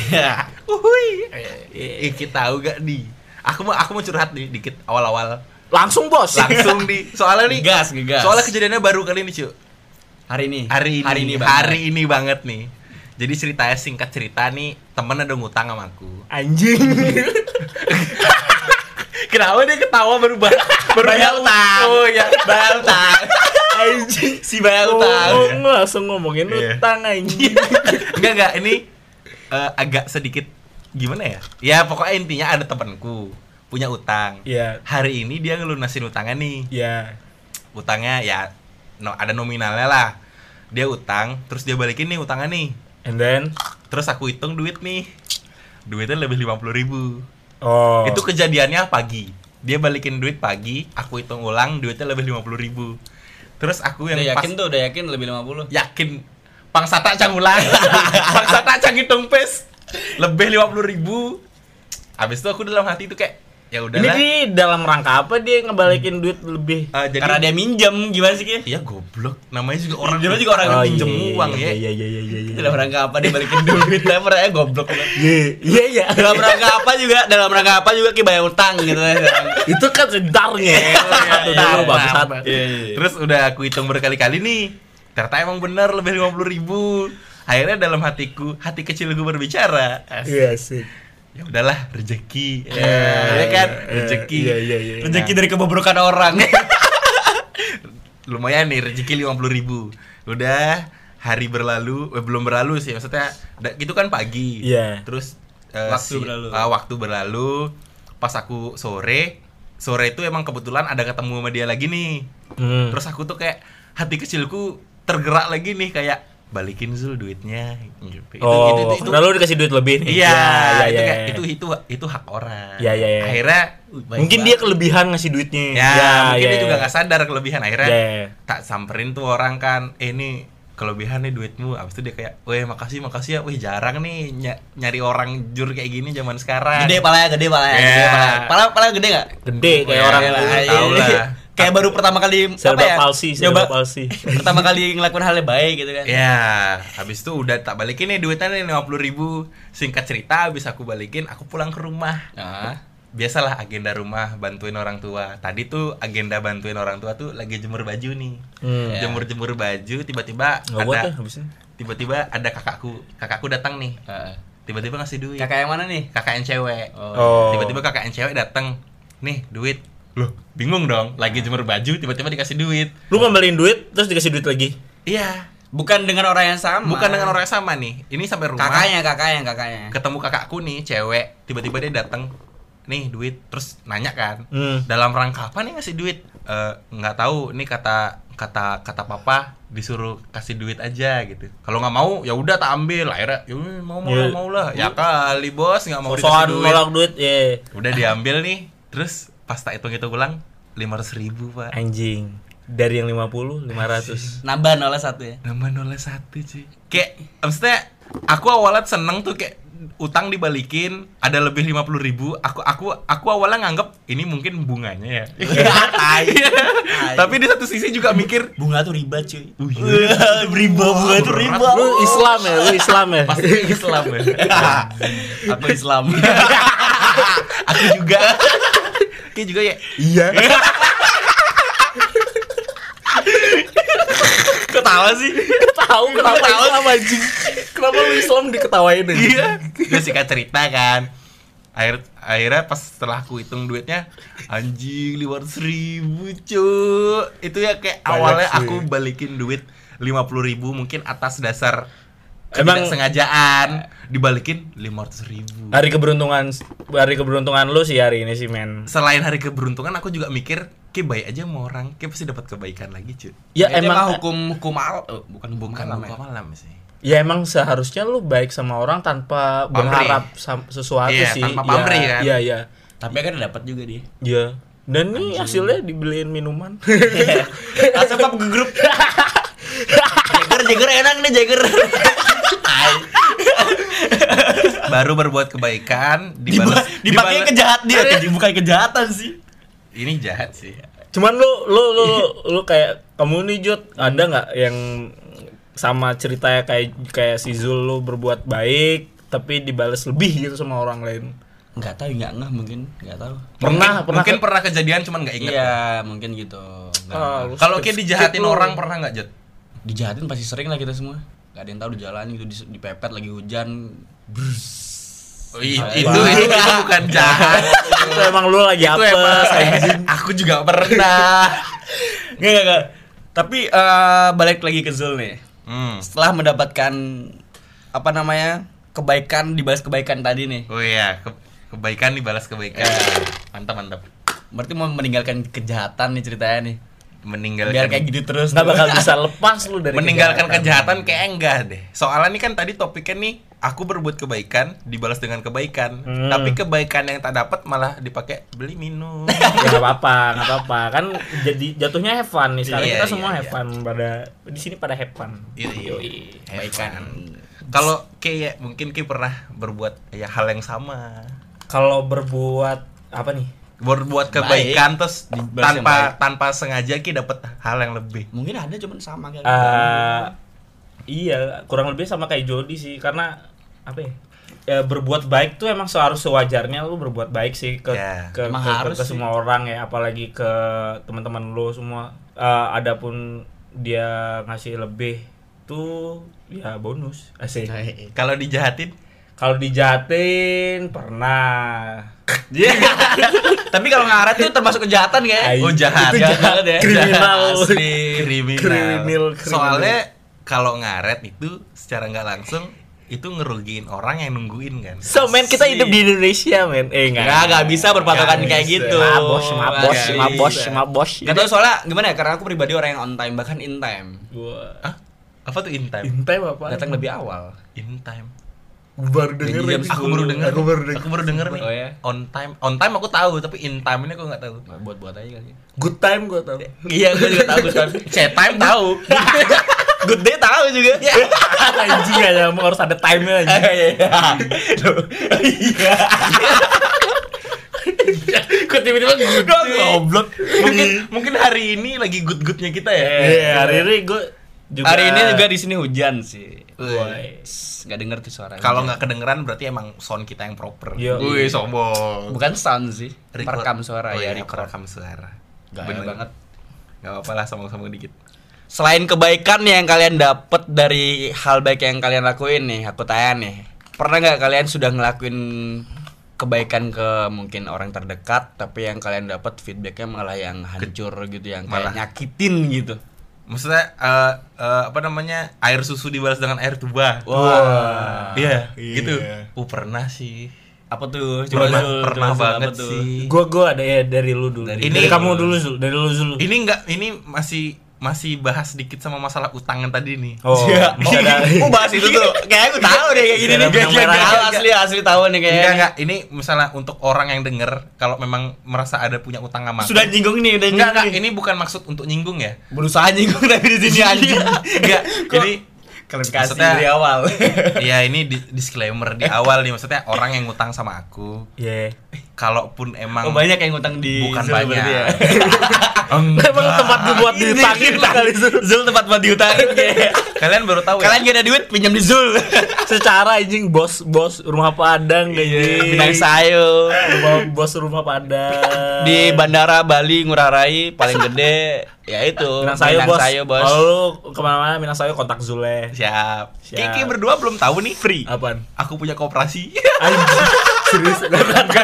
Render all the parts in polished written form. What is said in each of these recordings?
Uhuy. Kita tahu gak nih? Aku mau curhat nih dikit awal-awal. Langsung bos. Langsung di. Soalnya nih. Gas. Soalnya kejadiannya baru kali ini, Cu. Hari ini banget nih. Jadi ceritanya singkat cerita nih, temen ada ngutang sama aku. Anjing. Kenapa dia ketawa baru bayar utang. Oh ya, bayar utang. Anjing. Si bayar utang. Langsung ngomongin utang anjing. Enggak, ini agak sedikit gimana ya? Ya pokoknya intinya ada temanku punya utang. Iya. Hari ini dia ngelunasin utangnya nih. Iya. Utangnya ya ada nominalnya lah. Dia utang, terus dia balikin nih utangnya nih. And then terus aku hitung duit nih. Duitnya lebih 50.000. Oh. Itu kejadiannya pagi. Dia balikin duit pagi, aku hitung ulang duitnya lebih 50.000. Terus aku yang udah yakin lebih 50. Yakin. Pangsata cang ulang. Pangsata cang hitung pes. Lebih 50.000. Habis itu aku dalam hati itu kayak ya udahlah. Ini dalam rangka apa dia ngebalikin duit lebih? Jadi, karena dia minjem gimana sih Ki? Iya goblok. Namanya juga orang. Dia juga orang yang minjem uang ya. Iya. Dalam rangka apa dia balikin duit? Lah peranya goblok. Iya. Dalam rangka apa juga Ki bayar utang gitu ya. Itu kan sedarnya. Itu dulu bangsat. Terus udah aku hitung berkali-kali nih. Ternyata emang bener lebih 50.000. Akhirnya dalam hatiku, hati kecilku berbicara. Iya sih. Ya udahlah, rezeki. Ya kan, rezeki. Iya. Rezeki dari kebobrokan orang. Lumayan nih, rezeki 50.000. Udah hari berlalu, belum berlalu sih, maksudnya itu kan pagi. Iya. Terus waktu berlalu. Pas aku sore itu emang kebetulan ada ketemu sama dia lagi nih. Terus aku tuh kayak hati kecilku tergerak lagi nih kayak balikin Zul duitnya gitu. Itu lalu dikasih duit lebih nih. Iya, itu hak orang. Iya. Akhirnya mungkin dia kelebihan ngasih duitnya. Mungkin dia juga enggak sadar kelebihan. Akhirnya tak samperin tuh orang kan, ini kelebihan nih duitmu. Abis itu dia kayak, "Weh, makasih ya. Wih, jarang nih nyari orang jur kayak gini zaman sekarang." Gede palanya. Palanya gede enggak? Gede kayak orang tahu lah. Kayak baru pertama kali palsi. Pertama kali ngelakuin hal yang baik gitu kan. Ya, habis itu udah tak balikin nih duitnya nih 50.000. Singkat cerita habis aku balikin, aku pulang ke rumah. Biasalah agenda rumah bantuin orang tua. Tadi tuh agenda bantuin orang tua tuh lagi jemur baju nih. Jemur baju tiba-tiba ada kakakku datang nih. Tiba-tiba ngasih duit. Kakak yang mana nih? Kakak yang cewek. Tiba-tiba kakak yang cewek datang. Nih, duit. Loh, bingung dong. Lagi jemur baju tiba-tiba dikasih duit. Lu ngambilin duit terus dikasih duit lagi? Iya. Bukan dengan orang yang sama. Nih. Ini sampai rumah. Kakaknya. Ketemu kakakku nih, cewek. Tiba-tiba dia datang. Nih, duit. Terus nanya kan. Dalam rangka apa nih ngasih duit? Nggak tahu. Nih kata papa disuruh kasih duit aja gitu. Kalau nggak mau, ya udah tak ambil. Akhirnya, mau lah. Ya kali bos nggak mau dikasih duit. Nolak duit, Udah diambil nih. Terus pas tak hitung ulang 500.000 Pak. Anjing. Dari yang 50, 500. Nambah 01 ya. Nambah 01 cuy. Kayak maksudnya aku awalnya seneng tuh kayak utang dibalikin ada lebih 50.000. Aku awalnya nganggep ini mungkin bunganya ya. Tapi di satu sisi juga mikir bunga tuh riba cuy. Bunga tuh riba. Lu Islam ya? Pasti Islam ya. Aku Islam. Aku juga. Kayak juga ya. Iya. Ketawa sih. Kenapa Islam anjing? Kenapa lu Islam diketawain aja? Iya. Gue singkat cerita kan. Akhirnya pas setelah aku hitung duitnya anjing 500.000 cuy. Itu ya kayak banyak awalnya sih. Aku balikin duit 50.000 mungkin atas dasar sengajaan dibalikin 500.000. Hari keberuntungan lu sih hari ini sih men. Selain hari keberuntungan aku juga mikir kayak baik aja sama orang, kayak pasti dapat kebaikan lagi cuy. Ya itu emang hukum malam sih. Ya emang seharusnya lu baik sama orang tanpa berharap sesuatu sih. Tanpa pamrih kan. Iya. Tapi kan dapat juga dia. Iya. Dan nih hasilnya dibeliin minuman. Langsung pap ke grup. Jager enak nih Jager. Baru berbuat kebaikan dipakai bukan kejahatan sih. Ini jahat sih. Cuman lu kayak kamu nih Jut, ada nggak yang sama ceritanya kayak si Zul, lu berbuat baik tapi dibalas lebih gitu sama orang lain? Enggak tahu, enggak mungkin, enggak tahu. Mungkin pernah kejadian cuman nggak inget. Iya, mungkin gitu. Kalau kayak dijahatin orang pernah nggak, Jod? Dijahatin pasti sering lah kita semua. Gak ada yang tahu di jalan gitu, dipepet lagi hujan. Itu bukan jahat. Itu emang lu lagi Itu apes emang anjing. aku juga pernah. Enggak. Tapi balik lagi ke Zul nih. Setelah mendapatkan kebaikan dibalas kebaikan tadi nih. Oh iya, kebaikan dibalas kebaikan. Mantap. Berarti mau meninggalkan kejahatan nih ceritanya nih. Biar kayak gitu terus. Nggak bakal bisa lepas lu dari meninggalkan kejahatan kayak enggak deh. Soalnya nih kan tadi topiknya nih aku berbuat kebaikan dibalas dengan kebaikan. Tapi kebaikan yang tak dapat malah dipakai beli minum. Ya nggak apa-apa. Kan jadi jatuhnya have fun nih. Sekarang kita semua have fun pada di sini pada have fun. Yoi. Kebaikan. Kalau kayak mungkin Ki pernah berbuat ya hal yang sama. Kalau berbuat apa nih? Berbuat kebaikan terus tanpa sengaja Ki dapat hal yang lebih. Mungkin ada cuman sama kayak iya, kurang lebih sama kayak Jody sih, karena apa ya? Ya berbuat baik tuh emang harus sewajarnya lu berbuat baik sih ke semua orang ya, apalagi ke teman-teman lu semua. Adapun dia ngasih lebih tuh ya bonus. Asik. Kalau dijahatin pernah. Tapi kalau ngaret itu termasuk kejahatan kayak. Oh, jahat. Itu jahat ya. Kriminal. Kriminal. Soalnya kalau ngaret itu secara nggak langsung itu ngerugiin orang yang nungguin kan. So men, kita hidup di Indonesia men. Nggak bisa berpatokan kayak gitu. Mabos. Gak tau soalnya gimana ya, karena aku pribadi orang yang on time, bahkan in time. Apa tuh in time? In time apa? Datang lebih awal. In time. Baru denger. Aku baru denger nih. Oh, ya? On time aku tahu, tapi in time ini aku nggak tahu. Buat aja kali. Good time gua tahu. Iya, gua juga tahu good time. C time tahu. Good day tahu juga. Anjing aja harus ada time-nya aja. Iya. Kok tiba-tiba goblok. Mungkin hari ini lagi good-goodnya kita ya. Iya, hari ini gua juga. Hari ini juga di sini hujan sih. Woi. Gak denger tuh suaranya. Kalau nggak kedengeran berarti emang sound kita yang proper. Wih, sombong. Bukan sound sih, merekam suara. Oh, ya, merekam suara. Bener banget. Gak apa-apa lah, sombong-sombong dikit. Selain kebaikan yang kalian dapat dari hal baik yang kalian lakuin nih, aku tanya nih, pernah nggak kalian sudah ngelakuin kebaikan ke mungkin orang terdekat, tapi yang kalian dapat feedbacknya malah yang hancur gitu, yang kayak nyakitin gitu? Maksudnya air susu dibalas dengan air tuba. Wah. Iya, gitu. Pernah sih. Apa tuh? Pernah banget sih. Gua ada ya dari lu dulu. Dari kamu dulu, Zul. Dari lu dulu. Ini masih bahas sedikit sama masalah utangan tadi nih. Oh, bahas itu tuh. Kayak aku tahu deh kayak gini nih. Asli tahu nih kayaknya. Enggak. Ini misalnya untuk orang yang denger, kalau memang merasa ada punya utang sama aku. Sudah nyinggung nih, Enggak. Ini bukan maksud untuk nyinggung ya. Berusaha nyinggung tapi di sini anjing. Enggak. Ini klarifikasi dari awal. Iya, ini disclaimer di awal nih, maksudnya orang yang ngutang sama aku. Iya. Kalaupun emang banyak yang ngutang di bukan Zul banyak. Ya. Emang tempat buat diutangin kali Zul tempat buat diutangin kayak. Kalian baru tahu Kalian gak ada duit pinjam di Zul. Secara anjing bos rumah Padang kayak Minang Sayo. Bos rumah Padang. Di Bandara Bali Ngurah Rai paling gede ya itu Minang Sayo bos. Kalau lu kemana-mana Minang Sayo kontak Zule. Siap. Kiki berdua belum tahu nih free. Apaan? Aku punya koperasi. Anjing. Serius? Enggak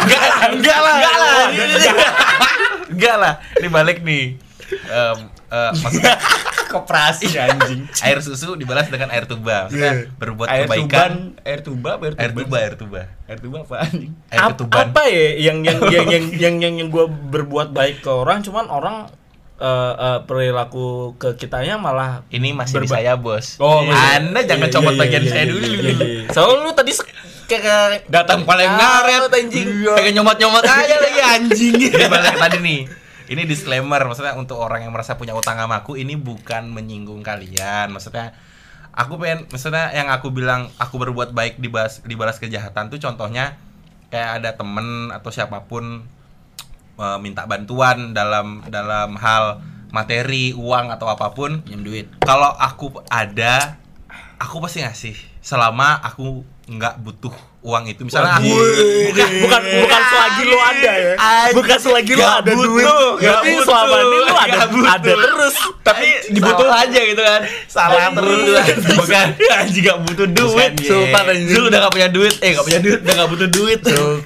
lah. Ini balik nih. Maksudnya koperasi anjing. Air susu dibalas dengan air tuba. Maksudnya berbuat kebaikan. Air tuba apa anjing? Air ketuban. Apa ya yang gua berbuat baik ke orang, cuman orang perilaku ke kitanya malah ini masih di saya, Bos. Oh, Anda jangan copot bagian saya dulu. Soalnya lu tadi kayak datang paling ngaret anjing. Kayak nyomot-nyomot aja lagi anjing. Ini balik tadi nih. Ini disclaimer, maksudnya untuk orang yang merasa punya utang sama aku, ini bukan menyinggung kalian. Maksudnya maksudnya yang aku bilang aku berbuat baik dibalas kejahatan tuh contohnya kayak ada temen atau siapapun minta bantuan dalam hal materi, uang atau apapun, pinjam duit. Kalau aku ada Aku pasti ngasih selama aku nggak butuh uang itu. Misalnya bukan selagi lu ada ya. Bukan selagi lu ada duit. Berarti selama ini lu ada terus. Tapi dibutuh aja gitu kan. Salah terus. Bukan jika butuh duit. Sultan anjing. Lu udah gak punya duit. Gak punya duit, udah gak butuh duit.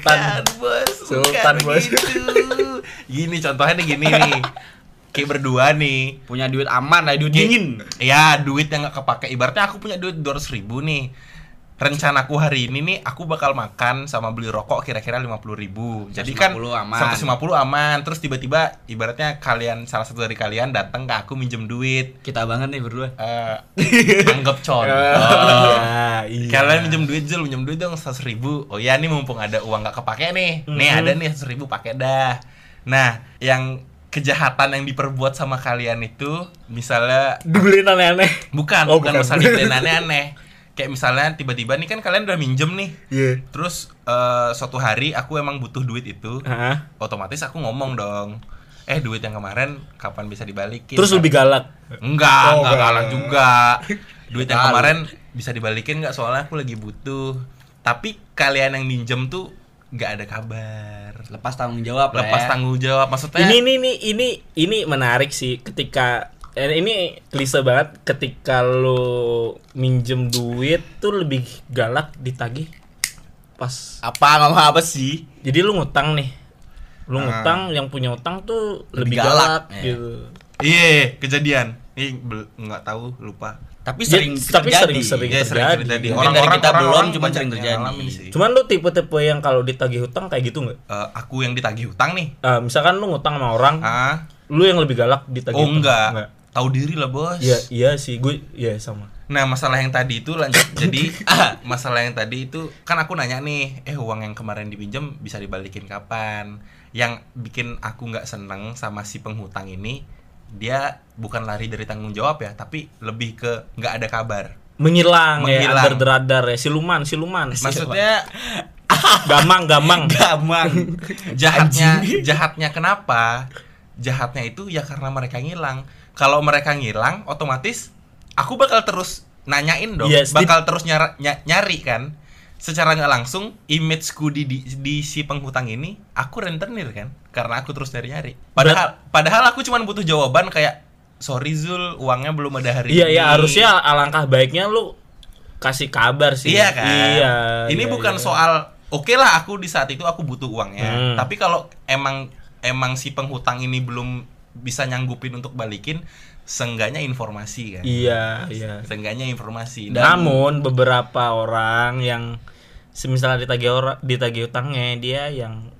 Sultan bos. Gini contohnya nih gini nih. Kayak berdua nih punya duit aman lah, duit dingin. Ya, duit yang gak kepake. Ibaratnya aku punya duit 200.000 nih. Rencanaku hari ini nih aku bakal makan sama beli rokok kira-kira 50.000. Jadi kan 150 aman. Terus tiba-tiba ibaratnya salah satu dari kalian datang ke aku minjem duit. Kita banget nih berdua. Anggap contoh. Iya. Kalian minjem duit dong 100.000. Oh ya, nih mumpung ada uang gak kepake nih. Nih ada nih 100.000, pakai dah. Nah, yang kejahatan yang diperbuat sama kalian itu misalnya dibeliin aneh-aneh. Bukan masalah dibeliin aneh-aneh. Kayak misalnya tiba-tiba nih kan kalian udah minjem nih. Terus suatu hari aku emang butuh duit itu. Otomatis aku ngomong dong. Duit yang kemarin kapan bisa dibalikin? Terus lebih galak? Enggak galak juga. Duit yang kemarin bisa dibalikin enggak? Soalnya aku lagi butuh. Tapi kalian yang minjem tuh nggak ada kabar. Lepas tanggung jawab. Tanggung jawab. Maksudnya ini menarik sih ketika ini klise banget, ketika lo minjem duit tuh lebih galak ditagih pas apa sih? Jadi lu ngutang nih. Lu ngutang, yang punya utang tuh lebih galak gitu. Iya, kejadian. Nggak tahu, lupa. Tapi sering terjadi. Orang-orang kita belum, cuma sering terjadi. Cuman lu tipe-tipe yang kalau ditagih hutang kayak gitu nggak? Aku yang ditagih hutang nih. Misalkan lu ngutang sama orang, lu yang lebih galak ditagih hutang. Enggak. Tahu diri lah, Bos. Iya sih, gue sama. Nah, masalah yang tadi itu lanjut. Jadi masalah yang tadi itu kan aku nanya nih, uang yang kemarin dipinjam bisa dibalikin kapan? Yang bikin aku nggak seneng sama si penghutang ini, dia bukan lari dari tanggung jawab ya, tapi lebih ke nggak ada kabar. Menghilang. Ya, under-radar ya, siluman. Maksudnya gamang. Jahatnya kenapa? Jahatnya itu ya karena mereka ngilang. Kalau mereka ngilang, otomatis aku bakal terus nanyain dong, bakal terus nyari kan. Secara nggak langsung, imageku di si penghutang ini, aku rentenir kan, karena aku terus nyari. Padahal aku cuma butuh jawaban kayak, sorry Zul, uangnya belum ada hari ini. Iya, harusnya alangkah baiknya lu kasih kabar sih. Iya kan. Ini iya. bukan soal, oke lah aku di saat itu aku butuh uangnya. Tapi kalau emang si penghutang ini belum bisa nyanggupin untuk balikin, seenggaknya informasi kan. Iya. Seenggaknya informasi. Namun beberapa orang yang misalnya ditagih utangnya, dia yang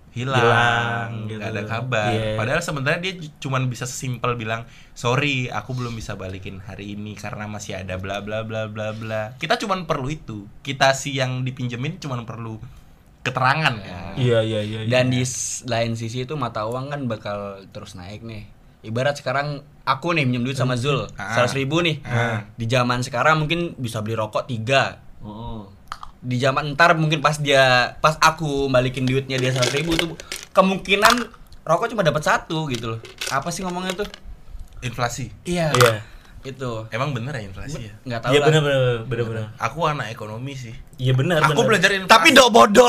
hilang gitu. Gak ada kabar. Padahal sebenarnya dia cuma bisa sesimpel bilang, sorry aku belum bisa balikin hari ini karena masih ada bla bla bla bla bla. Kita cuma perlu itu. Kita si yang dipinjemin cuma perlu keterangan kan. Iya. Dan di lain sisi itu mata uang kan bakal terus naik nih. Ibarat sekarang aku nih minjem duit sama Zul 100.000 nih. Di zaman sekarang mungkin bisa beli rokok 3. Di zaman ntar mungkin pas aku balikin duitnya dia 100.000 tuh kemungkinan rokok cuma dapat 1 gitu loh. Apa sih ngomongnya tuh? Inflasi. Iya. Itu. Emang bener ya inflasi ya? Enggak tahu. Iya bener. Aku anak ekonomi sih. Iya bener. Aku belajar inflasi. Tapi bodoh.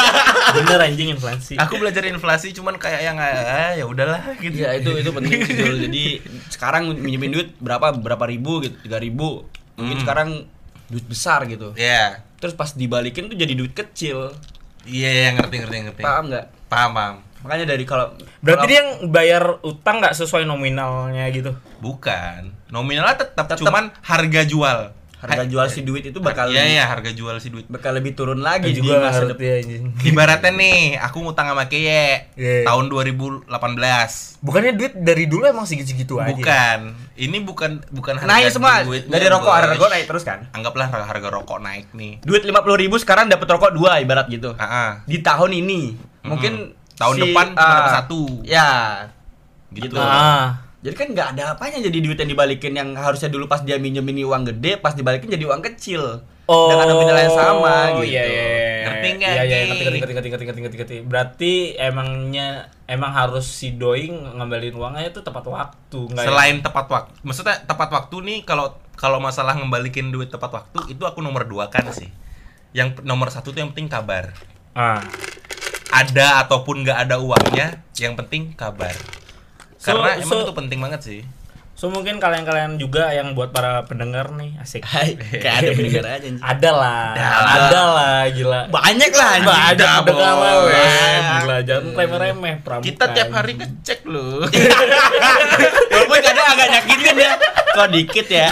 Bener anjing inflasi. Aku belajar inflasi cuman kayak yang ya udahlah gitu. Ya itu penting sih dulu. Jadi sekarang minjemin duit berapa ribu gitu, 3.000. Mungkin sekarang duit besar gitu. Iya. Terus pas dibalikin tuh jadi duit kecil. Iya, ngerti. Paham enggak? Paham. Makanya dari berarti dia yang bayar utang nggak sesuai nominalnya gitu? Bukan, nominalnya tetap cuman harga jual si duit itu bakal harga jual si duit bakal lebih turun lagi di juga masa depan. Ibaratnya nih, aku ngutang sama Keye tahun 2018. Bukannya duit dari dulu emang segitu aja? Bukan, ini bukan harga naik semua duit dari rokok, harga naik terus kan? Anggaplah harga rokok naik nih. Duit 50.000 sekarang dapat rokok 2 ibarat gitu. Di tahun ini mungkin tahun depan cuma dapat 1. Ya. Gitu. Jadi kan nggak ada apanya jadi duit yang dibalikin yang harusnya dulu pas dia minjem ini uang gede, pas dibalikin jadi uang kecil. Dengan nominal yang sama gitu. Ngerti nggak? Iya, ngerti. Berarti emang harus si doi ngambilin uangnya itu tepat waktu. Selain tepat waktu, maksudnya tepat waktu nih kalau masalah ngembalikin duit tepat waktu itu aku nomor 2 kan sih. Yang nomor 1 tuh yang penting kabar. Ada ataupun nggak ada uangnya, yang penting kabar. Karena emang itu penting banget sih. So mungkin kalian juga yang buat para pendengar nih, asik. Kayak ada pendengar aja. Ada lah, gila. Banyak lah. Banyak pendengar lah, gila. Jangan remeh-remeh pramuka. Kita tiap hari ngecek loh. Walaupun kadang agak nyakitin ya. Kok dikit ya.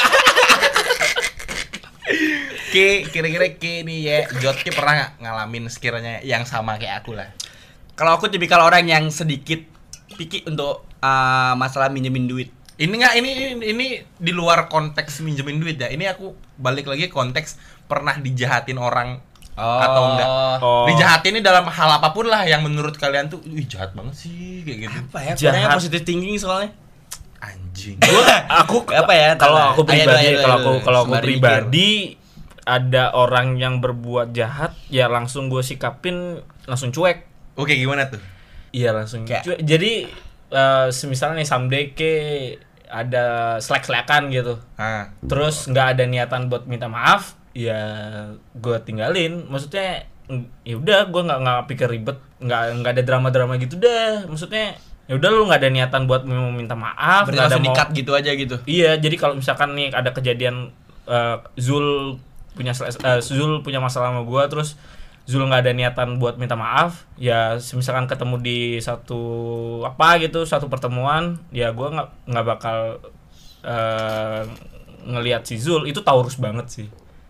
Kira-kira nih ya, Jotki pernah nggak ngalamin sekiranya yang sama kayak aku lah? Kalau aku tipikal orang yang sedikit pikir untuk masalah minjemin duit. Ini di luar konteks minjemin duit ya. Ini aku balik lagi konteks pernah dijahatin orang atau enggak. Dijahatin ini dalam hal apapun lah yang menurut kalian tuh jahat banget sih kayak gitu. Apa ya? Jahat positive thinking soalnya. Anjing. Aku apa ya? Kalau aku pribadi ada orang yang berbuat jahat ya langsung gue sikapin langsung cuek. Oke, gimana tuh? Iya langsung cuek. Jadi semisalnya nih someday ada selek-selekan gitu. Terus nggak ada niatan buat minta maaf, ya gue tinggalin. Maksudnya ya udah gue nggak pikir ribet, nggak ada drama-drama gitu dah. Maksudnya ya udah lu nggak ada niatan buat minta maaf, nggak ada niat gitu aja gitu. Iya, jadi kalau misalkan nih ada kejadian Zul punya masalah sama gue, terus Zul nggak ada niatan buat minta maaf, ya misalkan ketemu di satu pertemuan, ya gue nggak bakal ngelihat si Zul itu Taurus banget sih.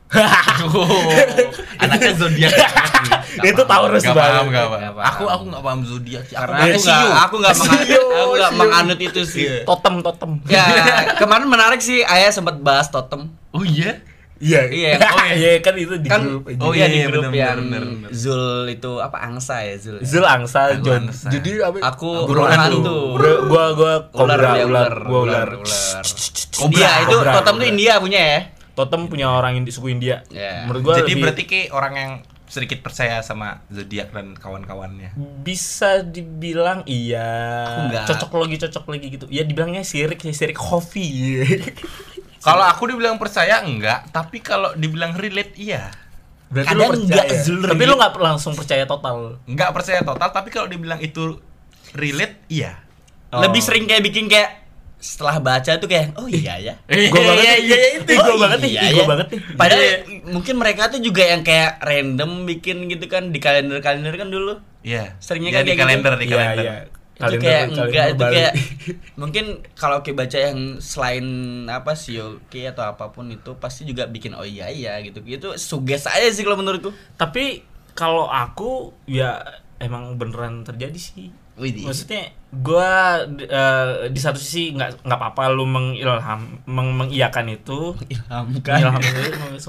Anaknya zodiak. Itu Taurus banget. Aku nggak paham zodiak sih. Karena aku nggak menganut itu sih. Totem. Ya kemarin menarik sih, Ayah sempat bahas totem. Oh iya. Iya. Iya kan itu di grup. Oh iya di grup yang Zul itu apa angsa ya Zul. Zul angsa. Jadi aku hantu. Gua ular. Iya itu totem tuh India punya ya. Totem punya orang suku India. Menurut gua jadi berarti kayak orang yang sedikit percaya sama zodiak dan kawan-kawannya. Bisa dibilang iya. Cocok lagi gitu. Ya dibilangnya sirik Hofi. Kalau aku dibilang percaya enggak, tapi kalau dibilang relate iya. Berarti lu percaya. Tapi lu enggak langsung percaya total. Enggak percaya total, tapi kalau dibilang itu relate iya. Lebih sering kayak bikin kayak setelah baca tuh kayak iya ya. Gue banget nih. Padahal mungkin mereka tuh juga yang kayak random bikin gitu kan di kalender kan dulu. Iya. Seringnya kan di kalender. Iya. Itu kayak mungkin kalau kayak baca yang selain apa sih atau apapun itu pasti juga bikin iya gitu. Itu suges aja sih kalau menurutku. Tapi kalau aku ya emang beneran terjadi sih. Maksudnya gue di satu sisi nggak apa-apa lu mengiyakan itu. Ilhamkan itu.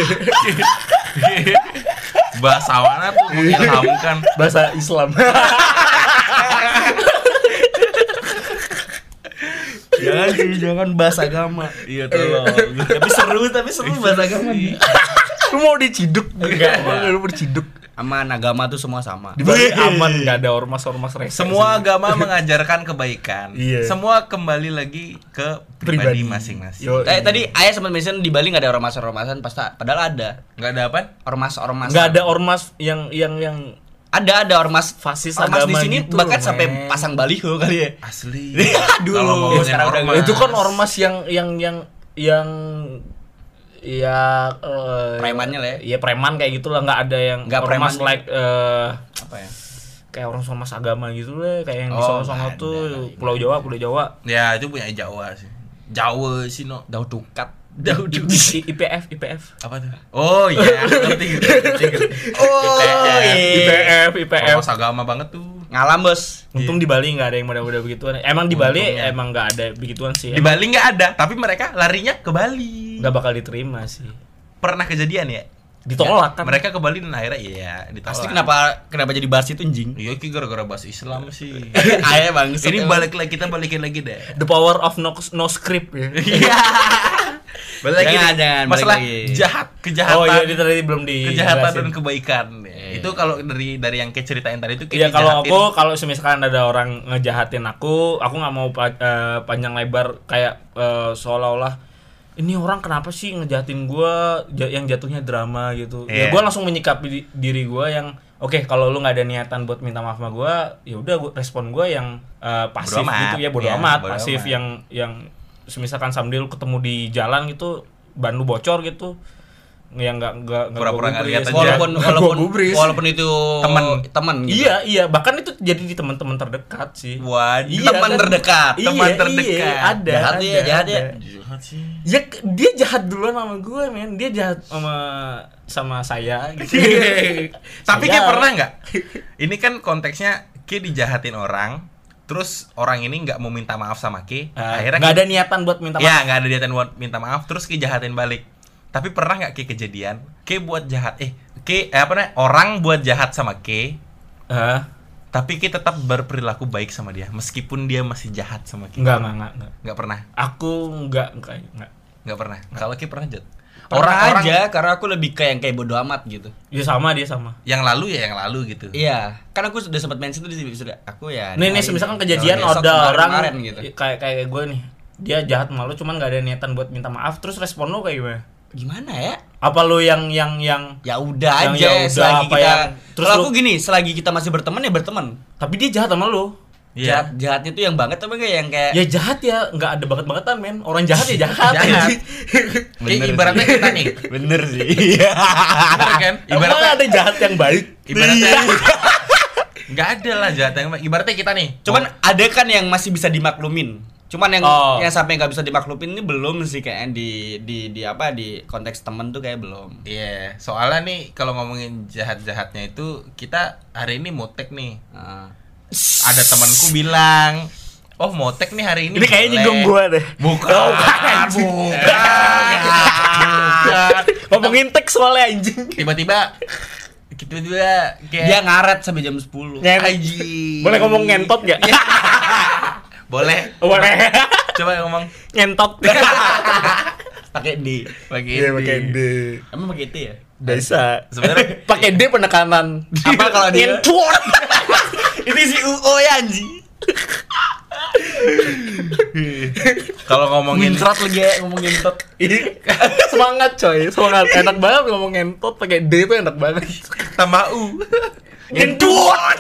Bahasa mana tuh mengilhamkan? Bahasa Islam. Jangan bahasa agama. Iya tolong. Tapi seru bahasa agama. Lu mau diciduk? Enggak, lu berciduk. Aman, agama tuh semua sama. Di Bali aman, enggak ada ormas rese. Semua agama mengajarkan kebaikan. Iya. Semua kembali lagi ke pribadi masing-masing. Tadi Ayah sempat mention di Bali enggak ada ormas-ormasan, padahal ada. Enggak ada apa? Ormas-ormasan. Enggak ada ormas yang ada ormas fasis ormas agama di sini gitu, bahkan sampai pasang baliho kali ya. Asli. Aduh. Kalau ngomongin sekarang ormas. Itu kan ormas yang premannya lah ya. Iya preman kayak gitulah, nggak ada yang nggak ormas preman, like apa ya? Kayak ormas agama gitu lah, kayak yang di sono tuh Pulau Jawa. Ya, itu punya Jawa sih. Jawa sih no. Daud Dukat. IPF. Apa tuh? Oh iya, ngerti. IPF. Ormas agama banget tuh. Ngalam, Bos. Untung di Bali nggak ada yang model-model begituan. Emang di Bali emang nggak ada begituan sih. Di Bali nggak ada, tapi mereka larinya ke Bali. Nggak bakal diterima sih. Pernah kejadian ya? Ditolak kan? Mereka ke Bali dan akhirnya iya ditolak. Pasti kenapa jadi bahas itu anjing? Iya, gara-gara bahas Islam sih. Ayah bang. Ini kita balikin lagi deh. The power of no script ya. Iya. Balik lagi. Jangan masalah kejahatan. Oh iya, itu tadi belum kejahatan dan kebaikan. Itu kalau dari yang kayak ceritain tadi itu kayak kalau misalkan ada orang ngejahatin aku nggak mau panjang lebar kayak seolah-olah ini orang kenapa sih ngejahatin gue, yang jatuhnya drama gitu. Ya gue langsung menyikapi diri gue yang oke, kalau lu nggak ada niatan buat minta maaf sama gue, ya udah respon gue yang pasif gitu ya, bodo amat, pasif amat. yang misalkan sambil ketemu di jalan gitu, ban lu bocor gitu, yang nggak pura-pura nggak lihat aja, walaupun itu teman gitu. Iya bahkan itu jadi di teman-teman terdekat sih. Teman terdekat ada jahat sih ya, dia jahat duluan sama gue, men. Dia jahat sama saya gitu. Tapi kayak pernah nggak, ini kan konteksnya kayak dijahatin orang, terus orang ini nggak mau minta maaf sama Ki, akhirnya nggak ada niatan buat minta maaf. Ya nggak ada niatan buat minta maaf, terus Ki jahatin balik. Tapi pernah nggak Ki kejadian Ki buat jahat orang buat jahat sama Ki, tapi Ki tetap berperilaku baik sama dia meskipun dia masih jahat sama Ki? Nggak pernah. Aku nggak pernah. Kalau Ki pernah jat? Orang aja, karena aku lebih kayak bodo amat gitu. Ya sama, dia sama. Yang lalu ya yang lalu gitu. Iya, kan aku sudah sempat mention tuh di episode aku ya. Nih misalkan kejadian ada orang gitu. Kayak gue nih, dia jahat sama lu cuman nggak ada niatan buat minta maaf, terus respon lu kayak gimana ya? Apa lu yang ya udah aja selagi kita terus aku gini, selagi kita masih berteman ya berteman. Tapi dia jahat sama lu. Jahatnya tuh yang banget apa enggak yang kayak ya jahat ya, enggak ada banget-bangetan, men. Orang jahat ya jahat. Ibaratnya kita nih. Bener sih. Bener kan? Ibaratnya ada jahat yang baik. Ibaratnya enggak ada lah jahat yang baik. Ibaratnya kita nih. Cuman ada kan yang masih bisa dimaklumin. Cuman yang sampai nggak bisa dimaklumin ini belum sih kayaknya di konteks temen tuh kayak belum. Iya, soalnya nih kalau ngomongin jahat-jahatnya itu kita hari ini motek nih. Ada temanku bilang, "Oh, motek nih hari ini." Ini kayaknya nyinggung gua deh. Bukan. Ngomongin teks soalnya anjing. Tiba-tiba kayak dia ngaret sampai jam 10. Anjing. Boleh ngomong ngentot enggak? Boleh. Coba ngomong ngentot. Pakai D. Pakai D. Emang pakai T ya? Bisa. Sebenarnya pakai D penekanan. Apa kalau dia? Ngentot. Ini si UO ya anjing. Kalau ngomongin ngentot lagi ya, ngomong ngentot. Semangat coy, semangat. Enak banget ngomong ngentot pakai D tuh enak banget. Tambah U. Ngentot.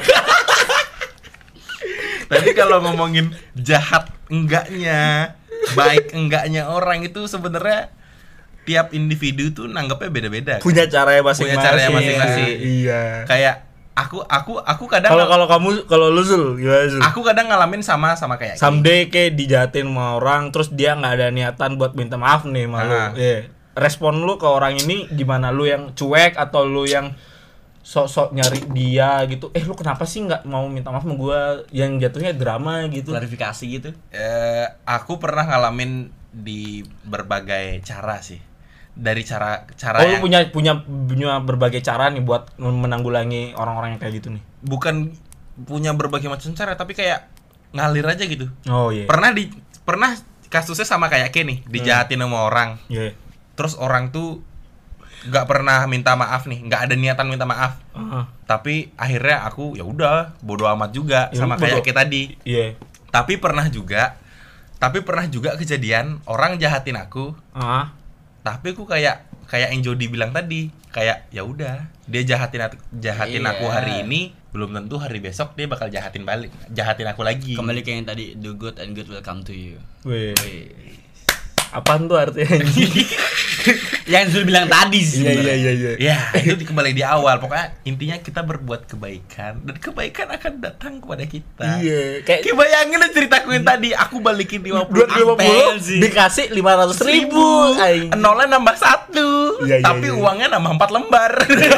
Tadi kalau ngomongin jahat enggaknya, baik enggaknya orang itu sebenarnya tiap individu tuh nanggapnya beda-beda. Punya caranya masing-masing. Iya. Kayak aku kadang kalau lu Zul, gimana Zul? Aku kadang ngalamin sama kayak someday kayak dijahatin sama orang terus dia enggak ada niatan buat minta maaf nih sama lu. Iya. Respon lu ke orang ini gimana? Lu yang cuek atau lu yang sok-sok nyari dia gitu, lu kenapa sih nggak mau minta maaf sama gue, yang jatuhnya drama gitu, klarifikasi gitu. Aku pernah ngalamin di berbagai cara sih, dari cara lu punya berbagai cara nih buat menanggulangi orang-orang yang kayak gitu nih. Bukan punya berbagai macam cara, tapi kayak ngalir aja gitu. Pernah kasusnya sama kayak Ken nih, dijahatin sama orang. Terus orang tuh nggak pernah minta maaf nih, nggak ada niatan minta maaf. Tapi akhirnya aku ya udah bodo amat juga sama kayak tadi. Tapi pernah juga kejadian orang jahatin aku. Tapi aku kayak yang Jody bilang tadi, kayak ya udah dia jahatin aku hari ini, belum tentu hari besok dia bakal jahatin aku lagi. Kembali kayak yang tadi, do good and good will come to you. Apaan tuh artinya? Yang Zul bilang tadi sih. Iya. Ya, itu kembali di awal. Pokoknya intinya kita berbuat kebaikan dan kebaikan akan datang kepada kita. Iya. Kayak bayangin ceritaku yang tadi, aku balikin 50 dikasih 500.000. Nolnya nambah 1. Tapi uangnya nambah 4 lembar.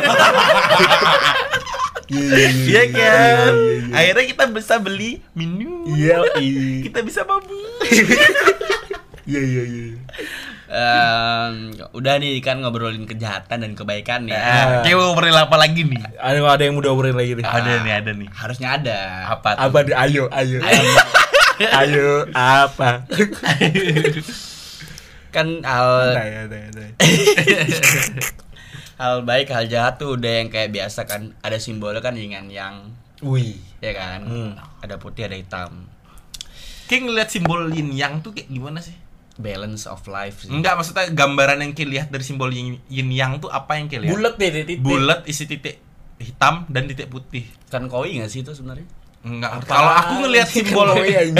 Iya kan? Akhirnya kita bisa beli minum. Iya. Kita bisa mabuk. Iya. Udah nih kan ngobrolin kejahatan dan kebaikan ya. Kayak mau ngobrolin apa lagi nih? Ada yang mau ngobrolin lagi nih. Ada nih. Harusnya ada. Apa ayo. Ayo apa? Kan hal baik, hal jahat tuh udah yang kayak biasa kan. Ada simbolnya kan yin dan yang. Ya kan? Ada putih, ada hitam. Kayak ngeliat simbol yin yang tuh kayak gimana sih? balance of life sih. Enggak, maksudnya gambaran yang lihat dari simbol yin yang tuh apa yang lihat? Bulat deh, titik. Bulat isi titik hitam dan titik putih. Kan koi enggak sih itu sebenarnya? Enggak. Kalau aku ngelihat simbol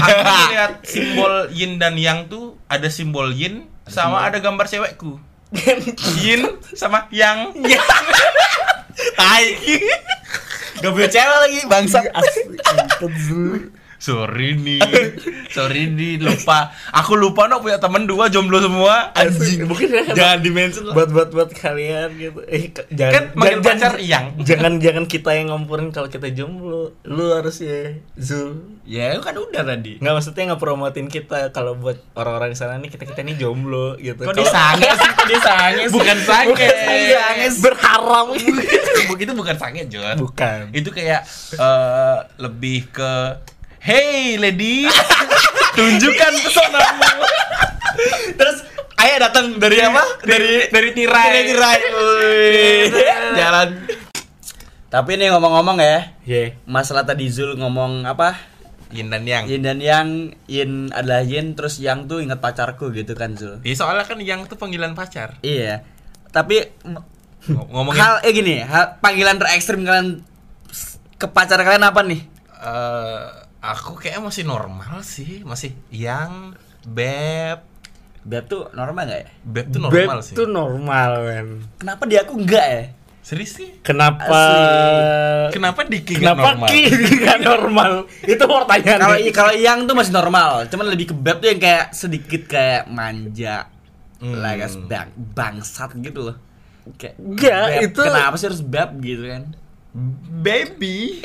yin dan yang tuh ada simbol yin sama ada gambar cewekku. Yin sama yang. Tai. Gak punya cewek lagi bangsat. Sorry nih lupa. Aku lupa punya temen 2 jomblo semua. Anjing, mungkin jangan dimention lah. Buat kalian gitu. Jangan kan manggil pacar yang. Jangan kita yang ngomporin kalau kita jomblo. Lu harus ya Zul. Ya kan udah tadi. Enggak, maksudnya nge-promotin kita kalau buat orang-orang di sana nih kita nih jomblo gitu. Kok disange sih? Bukan sange. Berharap. Itu bukan sange, Jon. Bukan. Itu kayak lebih ke hey lady, tunjukkan pesonamu. Terus ayah datang dari apa? Dari tirai. Jalan. Tapi nih ngomong-ngomong ya. Masalah tadi Zul ngomong apa? Yin dan yang. Yin adalah yin, terus yang tuh ingat pacarku gitu kan Zul. Iya, soalnya kan yang tuh panggilan pacar. Iya. Tapi ngomongin gini, panggilan terekstrim kalian ke pacar kalian apa nih? Aku kayaknya masih normal sih, masih yang beb. Beb tuh normal gak ya? Beb tuh normal sih. Beb tuh normal, men. Kenapa di aku enggak ya? Serius sih? Kenapa Diki enggak normal? Enggak normal? Itu pertanyaan. Kalau yang tuh masih normal, cuman lebih ke beb tuh yang kayak sedikit kayak manja. Lagas bangsat gitu loh. Kayak enggak, itu kenapa sih harus beb gitu kan? Baby.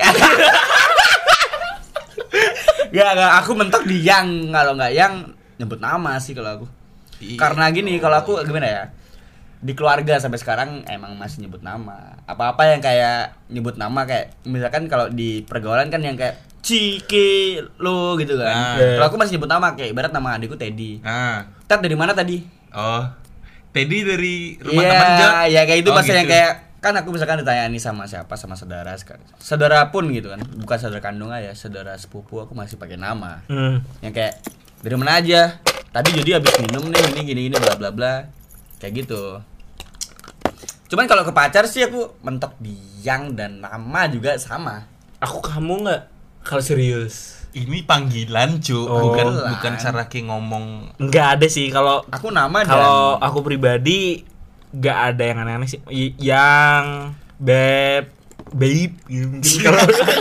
Gak, aku mentok di yang. Kalau nggak yang nyebut nama sih kalau aku. Karena gini, kalau aku gimana ya, di keluarga sampai sekarang emang masih nyebut nama. Apa-apa yang kayak nyebut nama, kayak misalkan kalau di pergaulan kan yang kayak Ciki lu gitu kan. Kalau aku masih nyebut nama, kayak ibarat nama adikku Teddy. Ted dari mana tadi? Oh, Teddy dari rumah teman Jod. Iya kayak itu bahasa gitu. Yang kayak kan aku misalkan ditanya nih sama siapa, sama saudara sekarang, saudara pun gitu kan, bukan saudara kandung aja, saudara sepupu, aku masih pakai nama yang kayak dari mana aja, tadi jadi habis minum nih gini bla bla bla kayak gitu. Cuman kalau ke pacar sih aku mentok di yang dan nama juga sama. Aku kamu nggak kalau serius. Ini panggilan bukan cara kayak ngomong. Nggak ada sih kalau aku nama. Kalau aku pribadi nggak ada yang aneh-aneh sih. Yang babe gitu kalau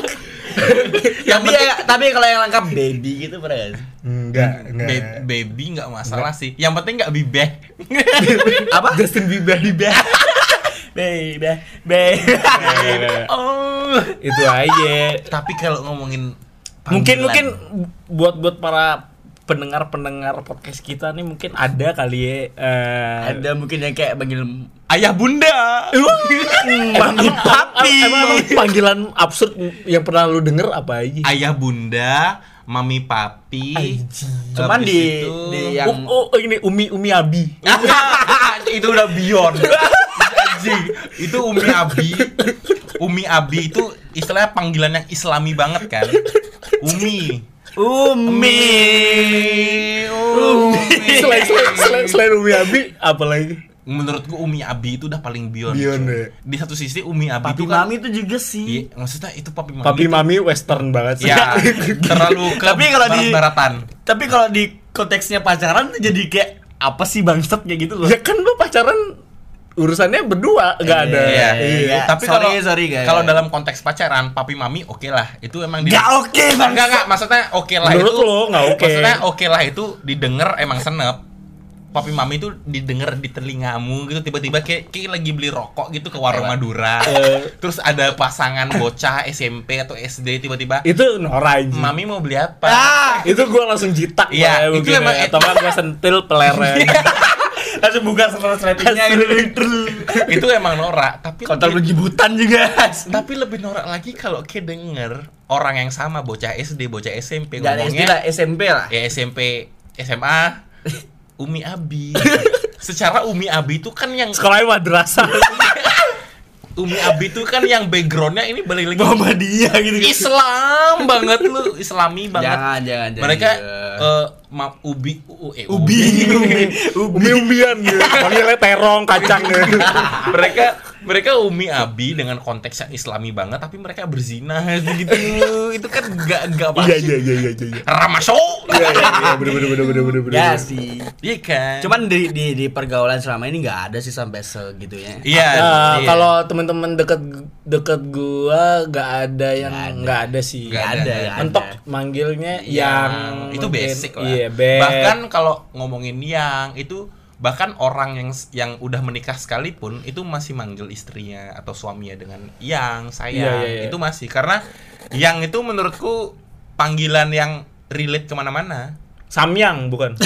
tapi kalau yang lengkap baby gitu pernah gak sih? Enggak. Baby enggak masalah sih. Yang penting enggak bibeh. Apa? Justin Bieber. Baby. Oh, itu aja. Tapi kalau ngomongin mungkin buat para pendengar podcast kita nih mungkin ada kali ya ada mungkin yang kayak panggil ayah bunda, mami papi. Emang panggilan absurd yang pernah lu denger apa aja? Ayah bunda, mami papi. Cuman di yang ini umi abi. Itu udah beyond. Itu umi abi itu istilahnya panggilan yang islami banget kan. Umi. Selain Umi Abi apa lagi? Menurutku Umi Abi itu udah paling beyond ya. Di satu sisi Umi Abi Papi itu kan, Mami itu juga sih. Iya, maksudnya itu Papi Mami. Papi Mami western banget sih. Ya, terlalu ke barat-baratan. Tapi kalau di konteksnya pacaran tuh jadi kayak apa sih bangsat kayak gitu loh. Ya kan lu pacaran urusannya berdua enggak ada. Iya. Tapi kalau dalam konteks pacaran, papi mami oke lah. Itu emang enggak oke, Bang. Enggak, maksudnya oke lah. Menurut itu. Lo enggak oke. Maksudnya oke lah itu didengar emang senep. Papi mami itu didengar di telingamu gitu, tiba-tiba kayak lagi beli rokok gitu ke warung Madura. Terus ada pasangan bocah SMP atau SD tiba-tiba. Itu Nora aja. Mami mau beli apa? Itu gua langsung jitak. Iya, itu emang atau gua sentil pelernya. Langsung buka sletingnya gitu. Itu emang norak, tapi kontol begibutan juga. Tapi lebih norak lagi kalau kayak denger orang yang sama, bocah SD, bocah SMP ngomongnya SMP lah. Ya SMP, SMA, Umi Abi. Secara Umi Abi itu kan yang sekolahnya madrasah. Umi Abi itu kan yang backgroundnya ini balik lagi Muhammadiyah gitu. Islam banget lu, Islami banget. Jangan. Mereka umbi-umbian gitu. Panggilnya terong, kacang gitu. Mereka umi abi dengan konteks yang islami banget tapi mereka berzina gitu. Itu kan enggak pasti. Iya. Ramaso. Iya, bener. Ya sih. Iya kan. Cuman di pergaulan selama ini enggak ada sih sampai segitunya. Iya. Kalau teman-teman deket gua enggak ada sih. Enggak ada. Mentok manggilnya yang itu mungkin, basic lah. Iya, bahkan kalau ngomongin yang itu bahkan orang yang udah menikah sekalipun itu masih manggil istrinya atau suaminya dengan yang sayang. Iya. Itu masih karena yang itu menurutku panggilan yang relate kemana-mana. Samyang bukan?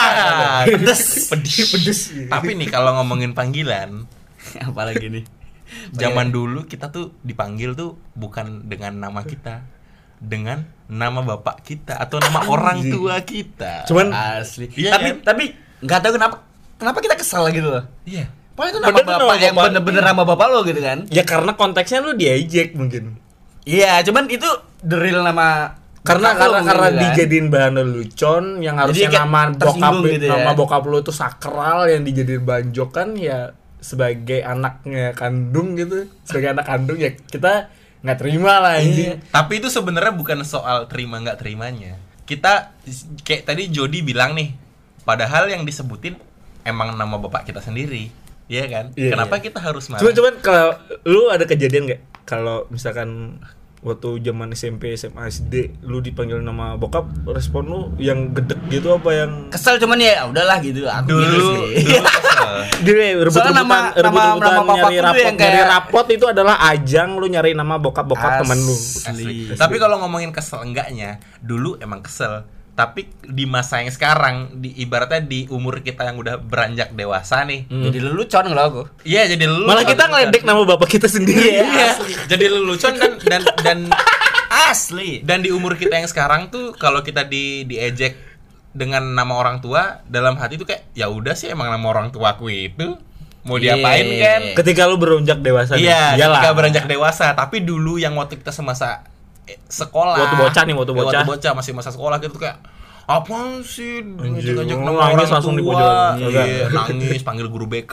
Pedes. Tapi nih kalau ngomongin panggilan, apalagi nih? Zaman dulu kita tuh dipanggil tuh bukan dengan nama kita, dengan nama bapak kita atau nama orang tua kita. Cuman asli. Iya, tapi nggak tahu kenapa kita kesal gitu loh. Iya. Padahal itu nama bapak yang bener-bener nama bapak lo gitu kan. Ya karena konteksnya lu diejek mungkin. Iya, cuman itu the real nama karena dijadiin bahan lelucon yang harusnya nama bokap gitu nama bokap lu itu sakral yang dijadiin banjok kan ya sebagai anaknya kandung gitu. Sebagai anak kandung ya kita nggak terima lah ini. Tapi itu sebenarnya bukan soal terima nggak terimanya. Kita kayak tadi Jody bilang nih, padahal yang disebutin emang nama bapak kita sendiri, iya kan? Iya, kenapa kita harus marah? Cuman kalau lu ada kejadian nggak kalau misalkan waktu zaman SMP, SMA, SD lu dipanggil nama bokap, respon lu yang gedek gitu apa yang kesel? Cuman ya udahlah gitu. Aku dulu kesel. rebut-rebutan nyari rapot itu adalah ajang lu nyari nama bokap temen lu. Asli. Tapi kalau ngomongin kesel enggaknya, dulu emang kesel. Tapi di masa yang sekarang, ibaratnya di umur kita yang udah beranjak dewasa nih, jadi lelucon kalau aku. Iya, jadi lelucon. Malah kita ngeledek nama bapak kita sendiri. Iya. Jadi lelucon dan asli. Dan di umur kita yang sekarang tuh kalau kita diejek dengan nama orang tua, dalam hati tuh kayak ya udah sih emang nama orang tuaku itu. Mau diapain kan? Ketika lu beranjak dewasa. Iya, ketika beranjak dewasa. Tapi dulu yang waktu kita semasa sekolah, waktu bocah masih masa sekolah gitu kayak apaan sih ngajak nama orang langsung tua, iya, nangis panggil guru BK.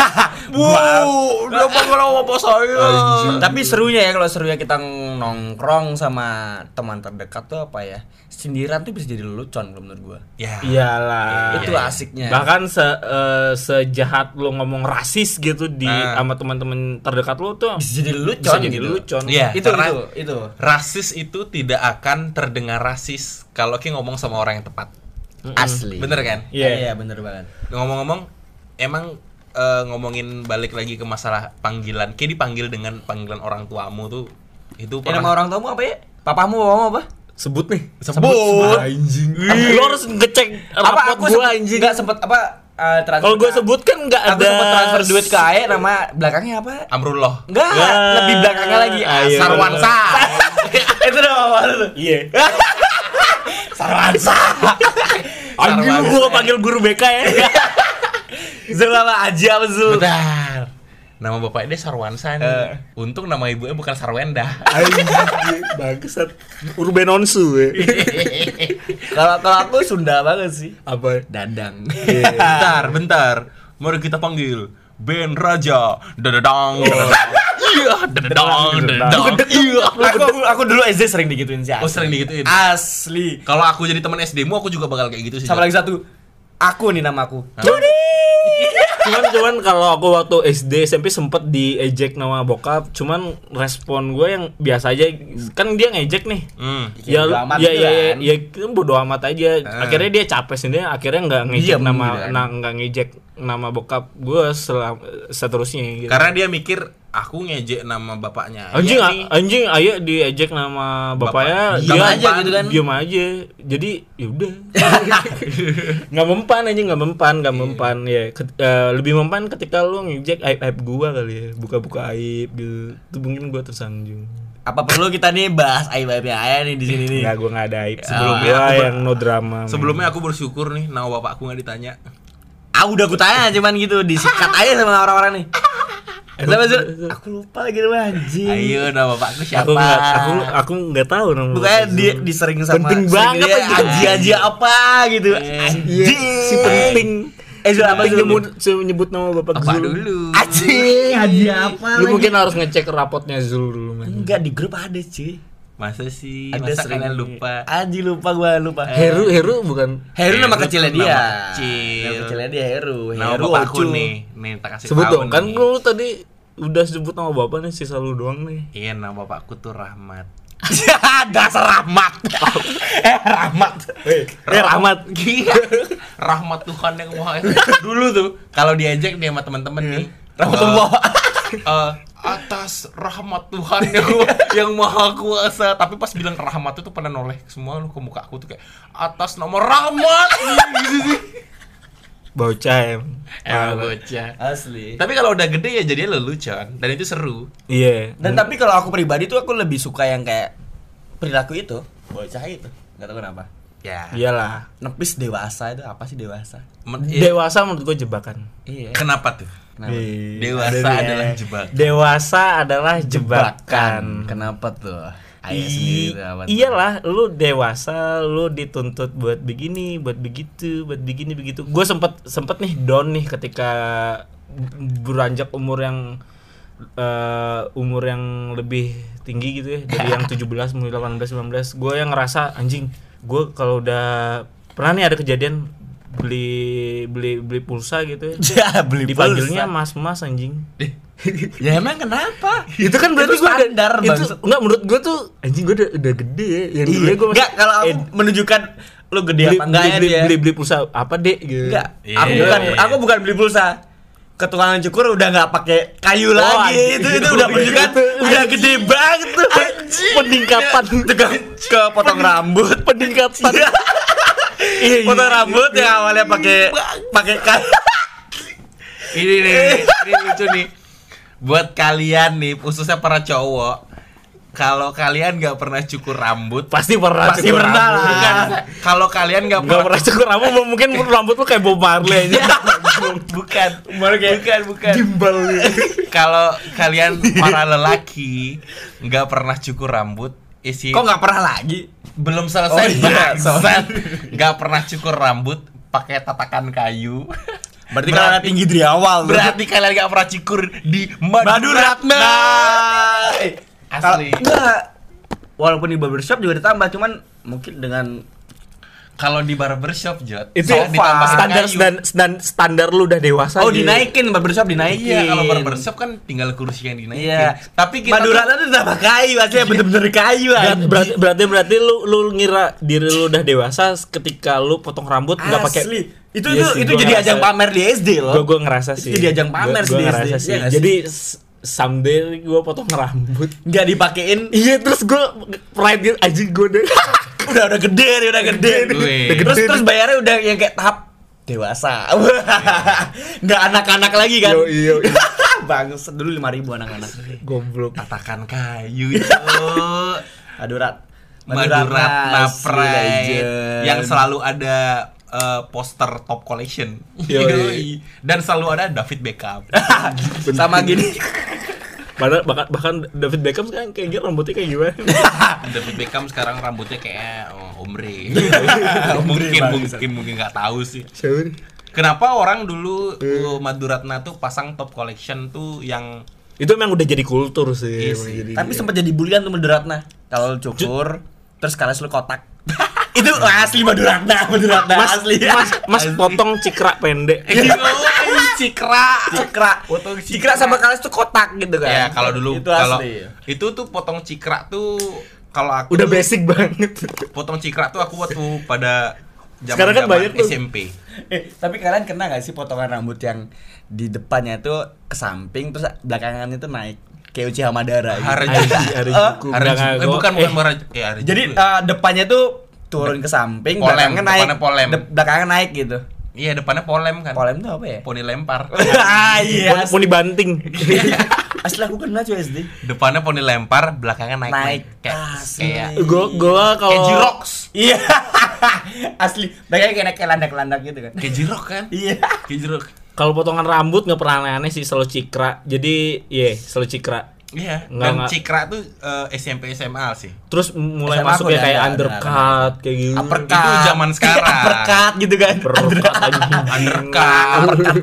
Dia panggil apa saya. Tapi serunya kita nongkrong sama teman terdekat tuh apa ya, sindiran tuh bisa jadi lelucon menurut gua. Ya. Iyalah. Itu asiknya. Bahkan sejahat lu ngomong rasis gitu sama teman-teman terdekat lu tuh bisa jadi lelucon. Iya, itu. Rasis itu tidak akan terdengar rasis kalau kita ngomong sama orang yang tepat. Asli. Bener kan? Iya, bener banget. Ngomong-ngomong, emang ngomongin balik lagi ke masalah panggilan, kayak dipanggil dengan panggilan orang tuamu tuh itu nama orang tuamu apa ya? Papamu apa? Sebut nih. Sebut. Anjing. Lu harus ngecek rapot gua anjing. Enggak sempet transfer. Kalau gue sebut kan enggak ada. Aku sempat transfer duit ke AE, nama belakangnya apa? Amrullah. Enggak, lebih belakangnya lagi Sarwansa. Itu nama apa tuh? Iya. Sarwansa. Anjing gua panggil guru BK ya. Selama aja betul. Bentar. Nama bapaknya Sarwansa nih. Untung nama ibunya bukan Sarwenda. Anjing, bangsat. Urbenonsu. Kalau aku Sunda banget sih. Apa? Dadang. Bentar. Mari kita panggil Ben Raja. Dadadang. Iya, dadadang. Iya. Aku dulu SD sering digituin sih. Oh, sering digituin. Asli. Kalau aku jadi teman SD-mu aku juga bakal kayak gitu sih. Sama lagi satu. Aku nih namaku. Jody. Cuman kalau aku waktu SD SMP sempet diejek nama bokap, cuman respon gue yang biasa aja, kan dia ngejek nih. Ya bodo amat aja. Akhirnya dia capek sendiri, akhirnya nggak ngejek nggak ngejek nama bokap gue seterusnya gitu. Karena dia mikir aku ngejek nama bapaknya. Anjing ayo diejek nama bapaknya, diam aja gitu kan. Diam aja. Jadi ya udah. Nggak mempan ya. Lebih mempan ketika lu ngejek aib gua kali ya, buka-buka aib gitu. Itu mungkin gua tersanjung. Apa perlu kita nih bahas aib-aibnya Ayah nih di sini nih? Enggak, gua enggak ada aib. Sebelumnya aku yang no drama. Sebelumnya aku bersyukur nih nama bapakku enggak ditanya. Udah aku tanya cuman gitu, disikat aja sama orang-orang nih. Aku lupa lagi nama anjing. Ayo nama bapakku siapa? Aku enggak tahu nama. Bukannya dia disering sama penting banget Haji apa gitu. Anjing. Si penting. Apa nyebut nama bapak Zul dulu. Anjing, Haji apa? Lu mungkin harus ngecek rapotnya Zul dulu, man. Enggak, di grup ada, cuy. Masa sih? Masa kalian lupa? Anjing gua lupa. Heru bukan. Heru nama kecilnya dia. Nama kecilnya dia Heru. Nama bapakku nih. Nih tak kasih sebut tahu dong, kan lu tadi udah sebut nama bapak nih, sisa lu doang nih. Iya, nama bapakku tuh Rahmat. Dasar Rahmat. Rahmat. Gila. Rahmat Tuhan yang Maha Esa. Dulu tuh kalau diajak dia sama teman-teman nih, Rahmatullah. Atas rahmat Tuhan yang Maha Kuasa. Tapi pas bilang rahmat itu pernah noleh semua lu ke muka aku tuh kayak atas nama rahmat gitu sih. Bocah bocah. Asli. Tapi kalau udah gede ya jadinya lelucon dan itu seru. Iya. Dan tapi kalau aku pribadi tuh aku lebih suka yang kayak perilaku itu, bocah itu. Enggak tahu kenapa. Ya. Iyalah. Nepis dewasa itu apa sih dewasa? Dewasa menurut gua jebakan. Iya. Kenapa tuh? Kenapa? Dewasa adalah jebakan. Dewasa adalah jebakan. Kenapa tuh? Ayah sendiri apa? Iyalah, lu dewasa, lu dituntut buat begini, buat begitu, buat begini begitu. Gue sempet nih down nih ketika beranjak umur yang lebih tinggi gitu ya, dari yang 17 mulai 18 19. Gue yang ngerasa anjing, gue kalau udah pernah nih ada kejadian beli pulsa gitu ya. Dipanggilnya mas anjing. Ya emang kenapa? Itu kan berarti gue standar itu enggak, menurut gue tuh anjing gue udah gede ya. Yang dulu gue enggak, kalau aku menunjukkan lu gede apa enggak ya dia. Beli pulsa apa, Dek gitu. Enggak. Aku bukan beli pulsa. Ke tukang cukur udah enggak pakai kayu lagi. Itu udah menunjukkan udah gede banget tuh. Peningkatan tukang ke potong rambut, peningkatan. Potong rambut yang awalnya pakai kayu. Ini lucu nih. Buat kalian nih, khususnya para cowok, kalau kalian nggak pernah cukur rambut, pasti pernah lah. Kalau kalian nggak pernah cukur rambut, mungkin rambut lu kayak Bob Marley aja. bukan. Gimbal. Kalau kalian para lelaki nggak pernah cukur rambut, kok nggak pernah lagi? Belum selesai. Nggak pernah cukur rambut pakai tatakan kayu. Berarti kalian tinggi dari awal. Berarti kalian gak pernah cukur di Maduratna. Asli. Enggak. Walaupun di barbershop juga ditambah, cuman mungkin dengan kalau di barbershop Jot itu standar lu udah dewasa. Oh, dinaikin barbershop dinaikin. Iya, kalau barbershop kan tinggal kursi yang dinaikin. Iya. Tapi kita Maduratna tuh tambah kayu, aslinya bener-bener kayu. Berarti lu ngira diri lu udah dewasa ketika lu potong rambut enggak pakai. Itu jadi ajang pamer di SD loh. Gue ngerasa sih. Itu jadi ajang pamer di SD. Iya, jadi someday gue potong rambut nggak dipakein. Iya, terus gue pride anjing gue deh. udah gede. Terus bayarnya udah yang kayak tahap dewasa. Nggak anak-anak lagi kan. Iya. Bagus, dulu 5.000 anak-anak. Goblok. Tatakan kayu itu. Maduratna Pride yang selalu ada poster top collection. Dan selalu ada David Beckham. Sama gini. Bahkan David Beckham sekarang kayak rambutnya kayak gimana? David Beckham sekarang rambutnya kayak ombre. mungkin nggak tahu sih. Kenapa orang dulu Maduratna tuh pasang top collection tuh yang itu memang udah jadi kultur sih. Tapi sempat jadi bulian tuh Maduratna. Kalau cukur terus kalas lu kotak. Itu asli Maduratna asli. Mas potong cikra pendek. Cikra sama kalas tuh kotak gitu kan. Ya, kalau dulu itu tuh potong cikra tuh kalau aku udah basic banget. Potong cikra tuh aku waktu pada sekarang kan banyak tuh SMP. Tapi kalian kena gak sih potongan rambut yang di depannya tuh ke samping terus belakangannya tuh naik kayak Uchiha Madara gitu. Harajuku. Bukan Harajuku. Jadi depannya tuh turun ke samping, belakangnya naik gitu. Iya, depannya polem kan. Polem tuh apa ya? Poni lempar. Iya. Poni banting. Asli aku kena cuy SD. Depannya poni lempar, belakangnya naik. Kayak gua kalau kayak Jirox. Iya. Asli. Belakangnya kayak landak-landak gitu kan. Kayak Jirox kan? Iya. Kayak Jirox. Kalau potongan rambut nggak pernah aneh-aneh sih, selalu cikra. Jadi selalu cikra. Iya, dan cikra tuh SMP SMA sih. Terus mulai SMA masuk ya kayak undercut kayak gitu. Uppercut. Itu zaman sekarang. Uppercut gitu kan. Undercut,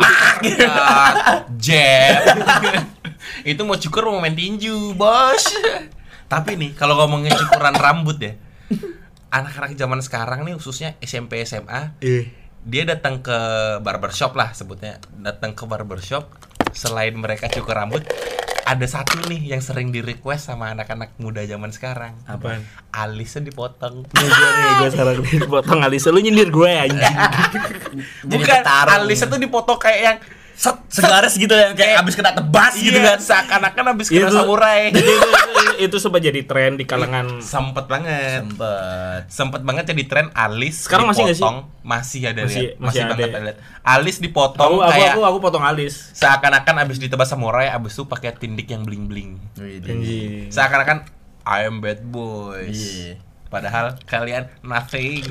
jab. Itu mau cukur mau main tinju, Bos. Tapi nih, kalau ngomongin cukuran rambut ya. Anak-anak zaman sekarang nih khususnya SMP SMA, dia datang ke barbershop lah sebutnya. Datang ke barbershop, selain mereka cukur rambut, ada satu nih yang sering di request sama anak-anak muda zaman sekarang. Apaan? Alisnya dipotong. Gue sekarang dipotong alisnya, lu nyindir gue anjing. Bukan, alisnya tuh dipotong kayak yang segaris gitu ya, kayak abis kena tebas gitu kan, seakan-akan abis kena samurai. Jadi itu sempat jadi tren di kalangan. Sempet banget jadi tren alis. Sekarang dipotong. Masih ada masih banget ada. Alis dipotong kayak aku potong alis. Seakan-akan abis ditebas samurai, abis itu pakai tindik yang bling-bling. Seakan-akan I am bad boys. Padahal kalian nothing.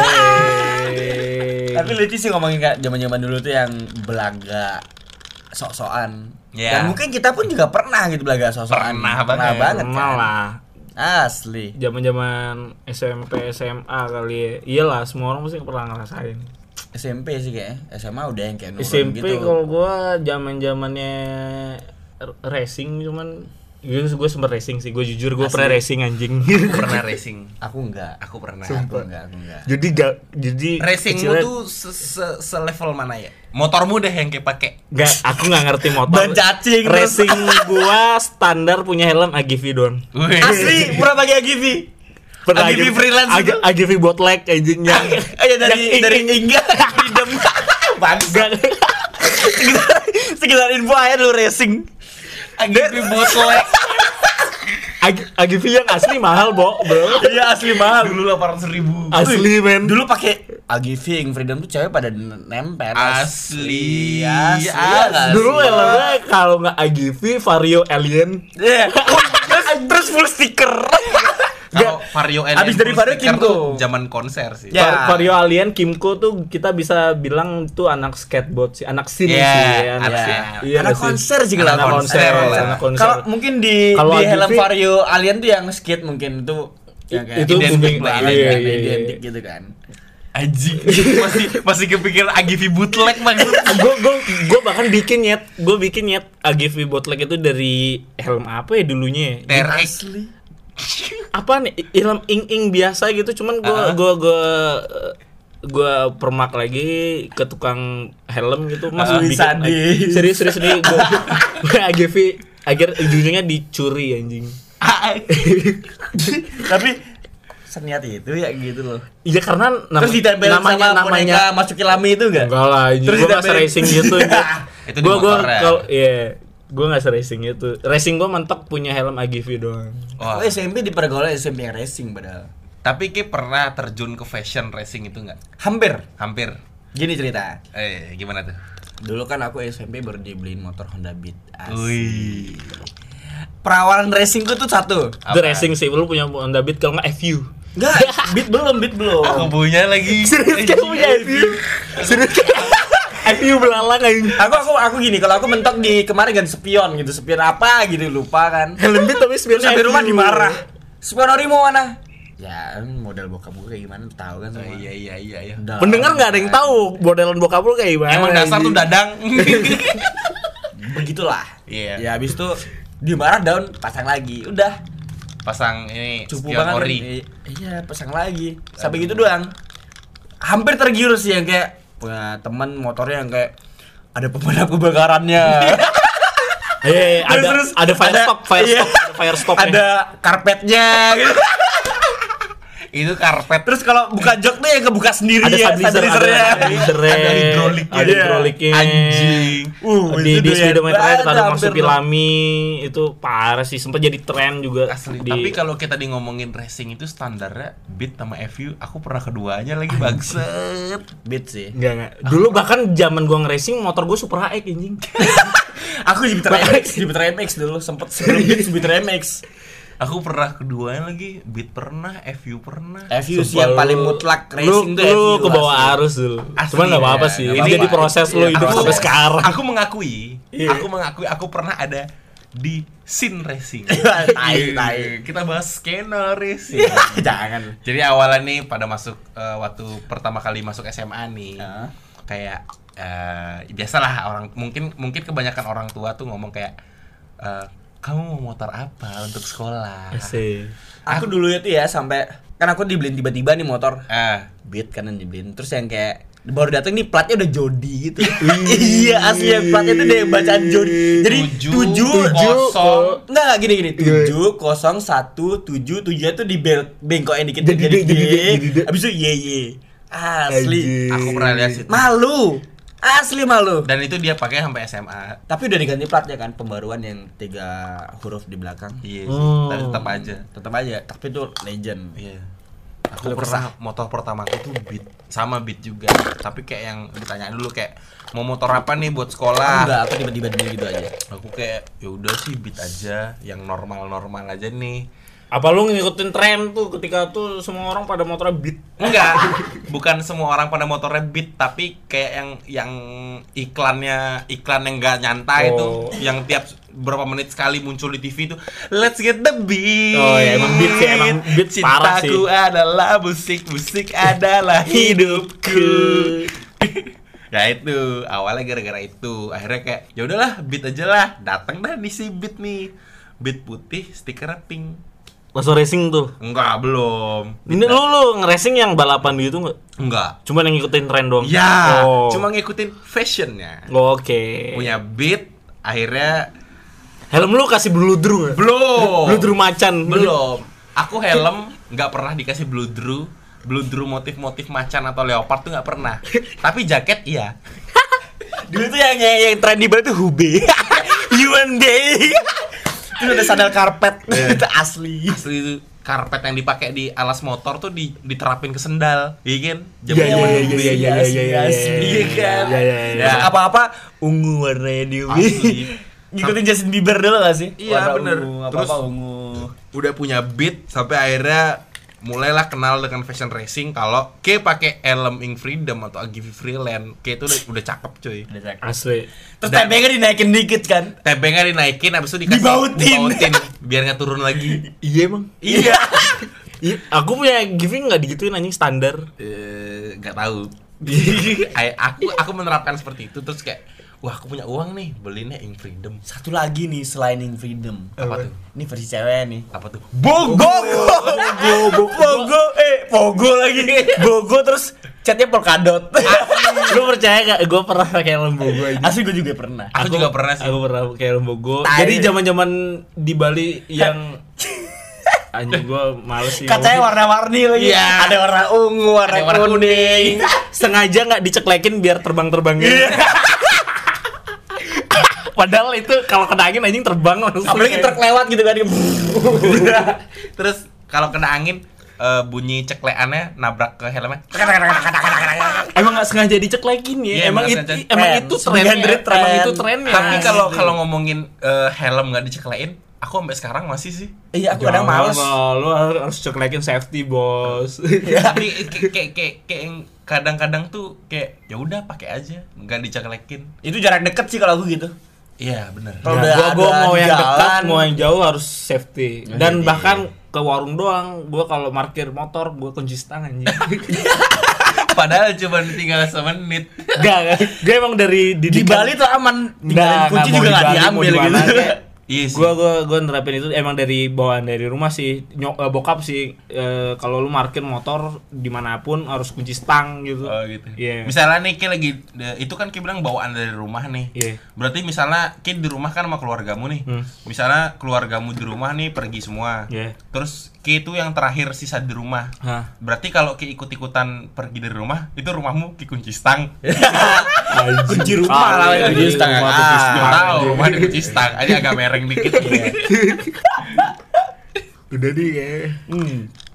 Tapi lucu sih ngomongin kayak zaman-zaman dulu tuh yang belaga sok-sokan. Dan mungkin kita pun juga pernah gitu belaga sok-sokan. Pernah banget kan. Lah. Asli. Zaman-zaman SMP, SMA kali ya. Iyalah, semua orang pasti pernah ngerasain. SMP sih kayaknya. SMA udah yang kayak nurun SMP gitu. kalau gua zaman-zamannya racing cuman gue sempet racing sih, gue jujur gue pernah racing anjing. Pernah racing. Aku enggak. Aku pernah. Aku enggak. Jadi racingmu tuh se-level mana ya? Motormu deh yang kayak pakai. Enggak, aku enggak ngerti motor. Ban cacing. Racing gua standar punya helm AGV doang. Asli, pernah pakai AGV? Pernah AGV freelance itu. AGV bootleg anjingnya. Dari Ingga Freedom. Bangsa. Sekitar info aja dulu racing. AGV bootleg. AGV yang asli mahal, bro. Iya, asli mahal. Dulu 800.000. Asli, men. Dulu pakai AGV yang Freedom tuh cewek pada nempel. Asli. Dulu helmnya kalau nggak AGV Vario Alien. Iya. Terus full stiker. Kalau Vario Alien abis dari Vario Kimco zaman konser sih. Ya. Vario Alien Kimco tuh kita bisa bilang tuh anak skateboard sih, anak scene sih, anak konser sih kalau konser. Kalau mungkin di helm Vario Alien tuh yang skate mungkin itu yang kayak identik identik gitu kan. Anjing. masih kepikiran AGV bootleg maksud. Gue bahkan bikin nyet AGV bootleg itu dari helm apa ya dulunya? TRX. Apa nih helm ing biasa gitu, cuman gue permak lagi ke tukang helm gitu, Mas bikin serius nih gue AGV akhir ujungnya dicuri anjing. Tapi seniat itu ya gitu loh. Iya karena terus ditempel namanya masukin lami itu enggak lah anjing. Gue nggak racing gitu. Itu di motor ya. Gue nggak racing itu. Racing gue mentok punya helm AGV doang. Oh, SMP di pergaulan SMP yang racing padahal. Tapi Ki pernah terjun ke fashion racing itu nggak? Hampir. Gini cerita. Gimana tuh? Dulu kan aku SMP baru dibeliin motor Honda Beat. Wih. Perawalan racingku tuh satu. Itu racing sih, lu punya Honda Beat kalau nggak FU. Enggak, Beat belum. Aku punya lagi. Serius kamu punya FU? Serius. FU belalang aja. Aku gini, kalau aku mentok di kemarin ganti spion gitu, spion apa gitu lupa kan. Helm Beat tapi spion sampai rumah dimarah. Spion ori mau mana? Ya, modal bokap gue kayak gimana tahu kan semua. Iya. Pendengar enggak ada yang tahu modelan bokap lu kayak gimana. Emang dasar tuh dadang. Begitulah. Iya. Ya habis itu dimarah daun pasang lagi. Udah. Pasang ini cupu banget ori. Iya, pasang lagi. Sampai gitu doang. Hampir tergiur sih yang kayak punya teman motornya yang kayak ada pemadam kebakarannya. Ada fire stop. Ada karpetnya gitu. Itu karpet. Terus kalau buka jok tuh yang kebuka sendiri ada stabilizernya. Ada hidroliknya. Anjing. Di speedometernya ada masukin lami. Itu parah sih, sempat jadi tren juga. Asli. Tapi kalau kita di ngomongin racing itu standarnya Beat sama FU. Aku pernah keduanya lagi bangset. Beat sih. Enggak. Dulu bahkan zaman gua nge-racing motor gua Super HX anjing. Aku Jupiter MX dulu sempet sebelum Beat Jupiter MX. Aku pernah keduanya lagi, Beat pernah, FU pernah. FU sih yang paling mutlak racing tuh FU. Lu ke bawah arus dulu. Cuman enggak apa-apa sih. Ini jadi proses lu hidup sampai sekarang. Aku mengakui, aku pernah ada di scene racing. Tai. Kita bahas skena racing. Jangan. Jadi awalnya nih pada masuk waktu pertama kali masuk SMA nih. Kayak biasalah orang mungkin kebanyakan orang tua tuh ngomong kayak kamu mau motor apa untuk sekolah? Aku dulu itu ya sampai kan aku dibeliin tiba-tiba nih motor. Beat kanan dibeliin. Terus yang kayak baru datang nih platnya udah Jody gitu. Iya asli platnya tuh deh bacaan Jody. Jadi 7 enggak gini 70177 tuh di bengkoknya dikit jadi G. Habis itu Y. Asli. Aku pernah lihat sih. Asli malu. Dan itu dia pakai sampai SMA. Tapi udah diganti platnya kan, pembaruan yang 3 huruf di belakang. Iya sih. Tapi tetap aja. Tapi itu legend. Iya. Aku pernah motor pertama aku tuh Beat sama Beat juga. Tapi kayak yang ditanyain dulu kayak mau motor apa nih buat sekolah? Enggak, aku tiba-tiba gitu aja. Aku kayak ya udah sih Beat aja, yang normal-normal aja nih. Apa lu ngikutin tren tuh ketika tuh semua orang pada motornya Beat? Enggak, bukan semua orang pada motornya Beat, tapi kayak yang iklan yang enggak nyantai itu, yang tiap berapa menit sekali muncul di TV itu, let's get the beat. Oh ya emang Beat sih, emang Beat parah sih. Cintaku adalah musik adalah hidupku. Ya itu awalnya gara-gara itu, akhirnya kayak ya udahlah Beat aja lah, datang dah di si Beat nih, Beat putih, stikernya pink. Masuk racing tuh? Enggak, belum. Ini lu nge-racing yang balapan gitu enggak? Enggak. Cuma yang ngikutin tren doang? Ya, cuma ngikutin fashionnya. Oke. Punya Beat, akhirnya helm lu kasih bludru enggak? Belum. Bludru macan? Belum. Aku helm nggak pernah dikasih bludru motif-motif macan atau leopard tuh nggak pernah. Tapi jaket iya. Dulu tuh yang trendy banget tuh Hube. One day. Itu ada sandal karpet. Itu asli itu karpet yang dipakai di alas motor tuh diterapin ke sendal, iya kan? Iya kan. Apa-apa ungu warnanya di ngikutin Justin Bieber dulu gak sih? Iya bener. Terus ungu. Udah punya Beat sampai akhirnya mulailah kenal dengan fashion racing kalau pakai helm Ink Freedom atau Agivi Freeland. Itu udah cakep cuy. Asli. Terus tebengnya dinaikin dikit kan? Tebengnya dinaikin habis itu dikasih dibautin biar enggak turun lagi. Iya emang. Iya. Aku punya giving enggak digituin anjing standar. Enggak tahu. aku menerapkan seperti itu terus kayak wah aku punya uang nih belinya Ink Freedom. Satu lagi nih selain Ink Freedom. Apa tuh? Ini versi cewek nih. Apa tuh? Pogo lagi. Bogo terus catnya polkadot. Lu percaya gak? Gue pernah pakai helm Bogo aja. Asli gue juga pernah. Aku juga pernah sih. Aku pernah pakai helm Bogo. Jadi zaman-zaman di Bali yang anjing gue males sih. Kacanya warna-warni lagi. Iya. Ada warna ungu, warna kuning. Sengaja nggak diceklekin biar terbang-terbang gitu. Padahal itu kalau kena angin anjing terbang langsung. Apalagi truk lewat gitu kan. Terus kalau kena angin bunyi cekleannya nabrak ke helmnya. Emang nggak sengaja diceklekin ya. Yeah, emang itu trennya. Emang itu trennya. Tapi kalau ngomongin helm nggak diceklein, aku sampai sekarang masih sih. Iya, aku kadang males. Lu harus ceklekin safety, Bos. Tapi kayak kadang-kadang tuh kayak ya udah pakai aja, nggak diceklekin. Itu jarak deket sih kalau aku gitu. Iya, benar. Kalau gua mau yang dekat, mau yang jauh harus safety. Dan bahkan ke warung doang, gua kalau parkir motor gua kunci stang anjing. Padahal cuma tinggal semenit. Enggak. Gue emang dari di Bali tuh aman. Tinggalin kunci juga enggak diambil gitu. Iya sih. Gua nerapin itu emang dari bawaan dari rumah sih. Bokap sih kalau lu parkir motor dimanapun harus kunci stang gitu. Oh gitu. Yeah. Misalnya nih Ki lagi itu kan Ki bilang bawaan dari rumah nih. Yeah. Berarti misalnya Ki di rumah kan sama keluargamu nih. Misalnya keluargamu di rumah nih pergi semua. Yeah. Terus Ki itu yang terakhir sisa di rumah. Berarti kalau Ki ikut-ikutan pergi dari rumah, itu rumahmu Ki kunci stang. Kunci rumah lah kunci stang. Tahu, rumah dikunci stang. Ini agak mereng dikit. Udah nih ya.